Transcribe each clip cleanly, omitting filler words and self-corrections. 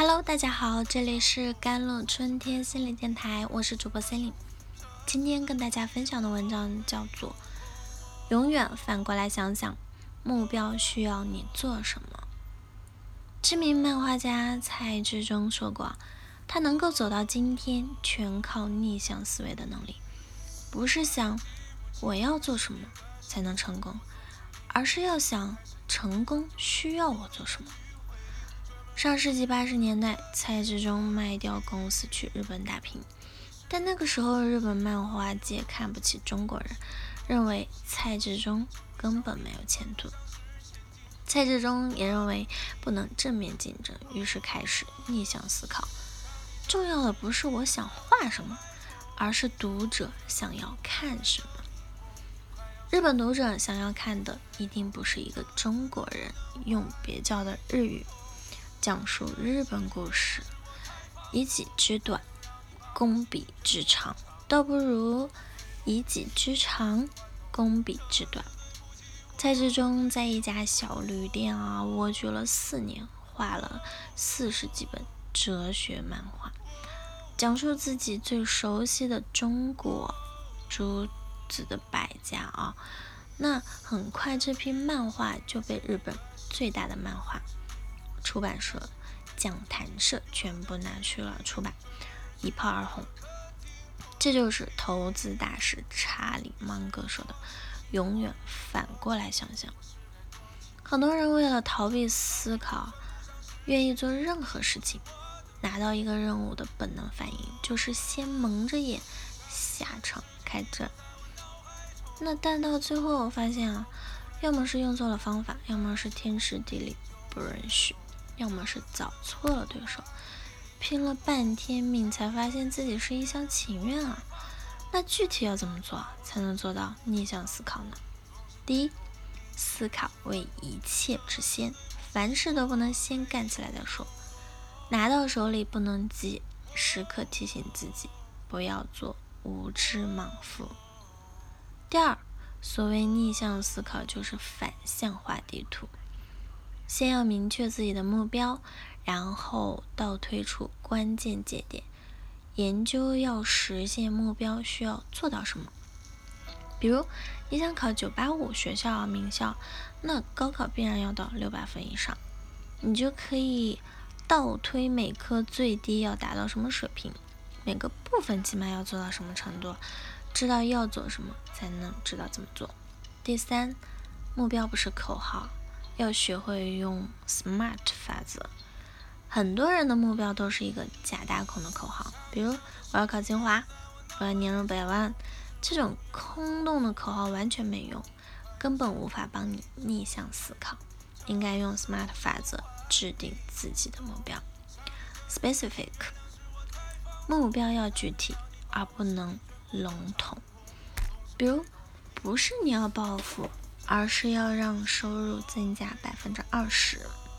Hello，大家好，这里是甘露春天心理电台，我是主播 Celine。今天跟大家分享的文章叫做永远反过来想想，目标需要你做什么。知名漫画家蔡志忠说过，他能够走到今天，全靠逆向思维的能力。不是想我要做什么才能成功，而是要想成功需要我做什么。上世纪80年代，蔡志忠卖掉公司去日本打拼，但那个时候日本漫画界看不起中国人，认为蔡志忠根本没有前途。蔡志忠也认为不能正面竞争，于是开始逆向思考。重要的不是我想画什么，而是读者想要看什么。日本读者想要看的一定不是一个中国人用蹩脚的日语讲述日本故事，以己之短攻彼之长，倒不如以己之长攻彼之短。蔡志忠在一家小旅店蜗居了4年，画了40几本哲学漫画，讲述自己最熟悉的中国诸子的百家那很快这批漫画就被日本最大的漫画出版社讲谈社全部拿去了出版，一炮而红。这就是投资大师查理芒格说的，永远反过来想想。很多人为了逃避思考，愿意做任何事情，拿到一个任务的本能反应就是先蒙着眼下场开战。但到最后发现要么是用错了方法，要么是天时地利不允许，要么是找错了对手，拼了半天命才发现自己是一厢情愿那具体要怎么做才能做到逆向思考呢？第一，思考为一切之先，凡事都不能先干起来再说，拿到手里不能急，时刻提醒自己不要做无知莽夫。第二，所谓逆向思考就是反向画地图，先要明确自己的目标，然后倒推出关键节点，研究要实现目标需要做到什么。比如你想考985学校名校，那高考必然要到600分以上，你就可以倒推每科最低要达到什么水平，每个部分起码要做到什么程度，知道要做什么才能知道怎么做。第三，目标不是口号，要学会用 SMART 法则。很多人的目标都是一个假大空的口号，比如我要考清华，我要年入100万，这种空洞的口号完全没用，根本无法帮你逆向思考。应该用 SMART 法则制定自己的目标。 Specific， 目标要具体而不能笼统，比如不是你要暴富，而是要让收入增加20%。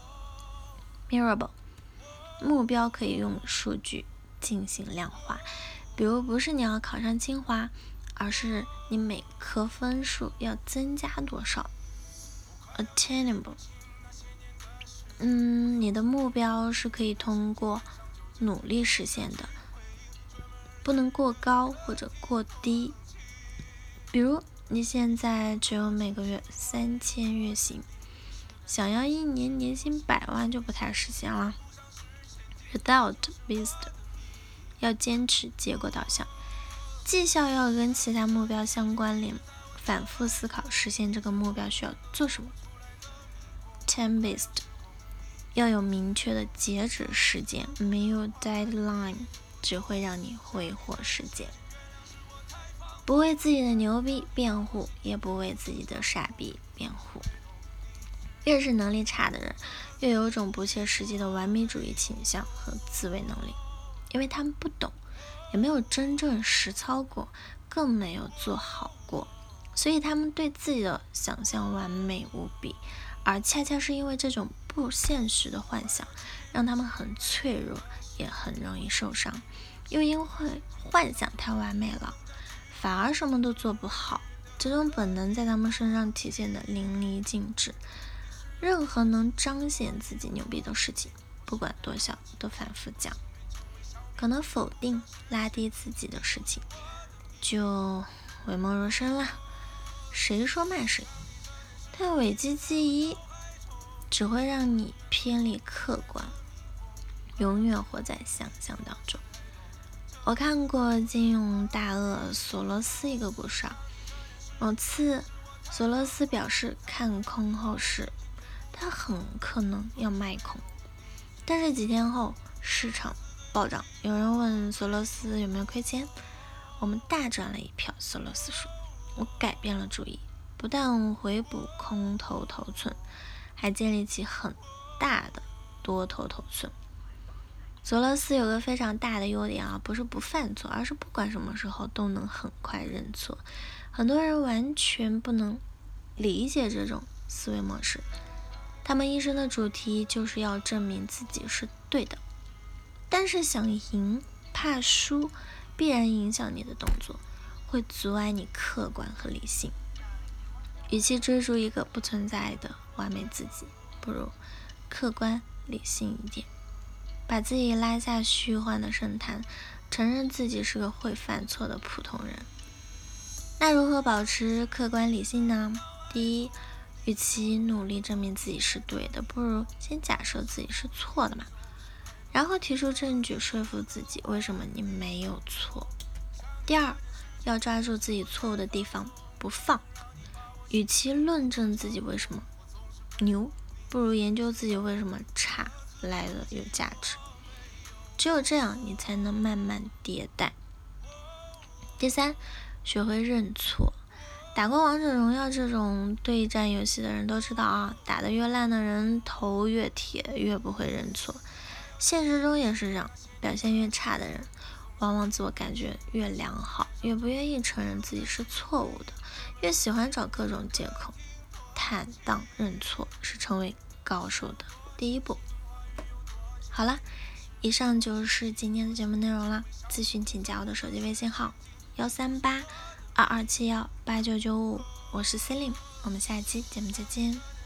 Measurable， 目标可以用数据进行量化，比如不是你要考上清华，而是你每科分数要增加多少。Attainable， 你的目标是可以通过努力实现的，不能过高或者过低。比如你现在只有每个月3000月薪，想要一年年薪100万就不太实现了。Result based， 要坚持结果导向，绩效要跟其他目标相关联，反复思考实现这个目标需要做什么。Time based， 要有明确的截止时间，没有 deadline 只会让你挥霍时间。不为自己的牛逼辩护，也不为自己的傻逼辩护。越是能力差的人，越有种不切实际的完美主义倾向和自卫能力，因为他们不懂，也没有真正实操过，更没有做好过，所以他们对自己的想象完美无比，而恰恰是因为这种不现实的幻想，让他们很脆弱，也很容易受伤。又因为幻想太完美了，反而什么都做不好，这种本能在他们身上体现得淋漓尽致。任何能彰显自己牛逼的事情， 不管多小都反复讲。可能否定、拉低自己的事情，就讳莫如深了，谁说骂谁。但伪积极只会让你偏离客观，永远活在想象当中。我看过金庸大鳄索罗斯一个故事啊，某次索罗斯表示看空后市，他很可能要卖空，但是几天后市场暴涨，有人问索罗斯有没有亏钱，我们大赚了一票。索罗斯说，我改变了主意，不但回补空头头寸，还建立起很大的多头头寸。索罗斯有个非常大的优点啊，不是不犯错，而是不管什么时候都能很快认错。很多人完全不能理解这种思维模式，他们一生的主题就是要证明自己是对的，但是想赢怕输，必然影响你的动作，会阻碍你客观和理性。与其追逐一个不存在的完美自己，不如客观理性一点，把自己拉下虚幻的神坛，承认自己是个会犯错的普通人。那如何保持客观理性呢？第一，与其努力证明自己是对的，不如先假设自己是错的嘛，然后提出证据说服自己为什么你没有错。第二，要抓住自己错误的地方不放，与其论证自己为什么牛，不如研究自己为什么差来的有价值。只有这样，你才能慢慢迭代。第三，学会认错。打过王者荣耀这种对战游戏的人都知道啊，打得越烂的人头越铁，越不会认错。现实中也是这样，表现越差的人，往往自我感觉越良好，越不愿意承认自己是错误的，越喜欢找各种借口。坦荡认错是成为高手的第一步。好了，以上就是今天的节目内容了。咨询请加我的手机微信号13822718995，我是 Celine， 我们下期节目再见。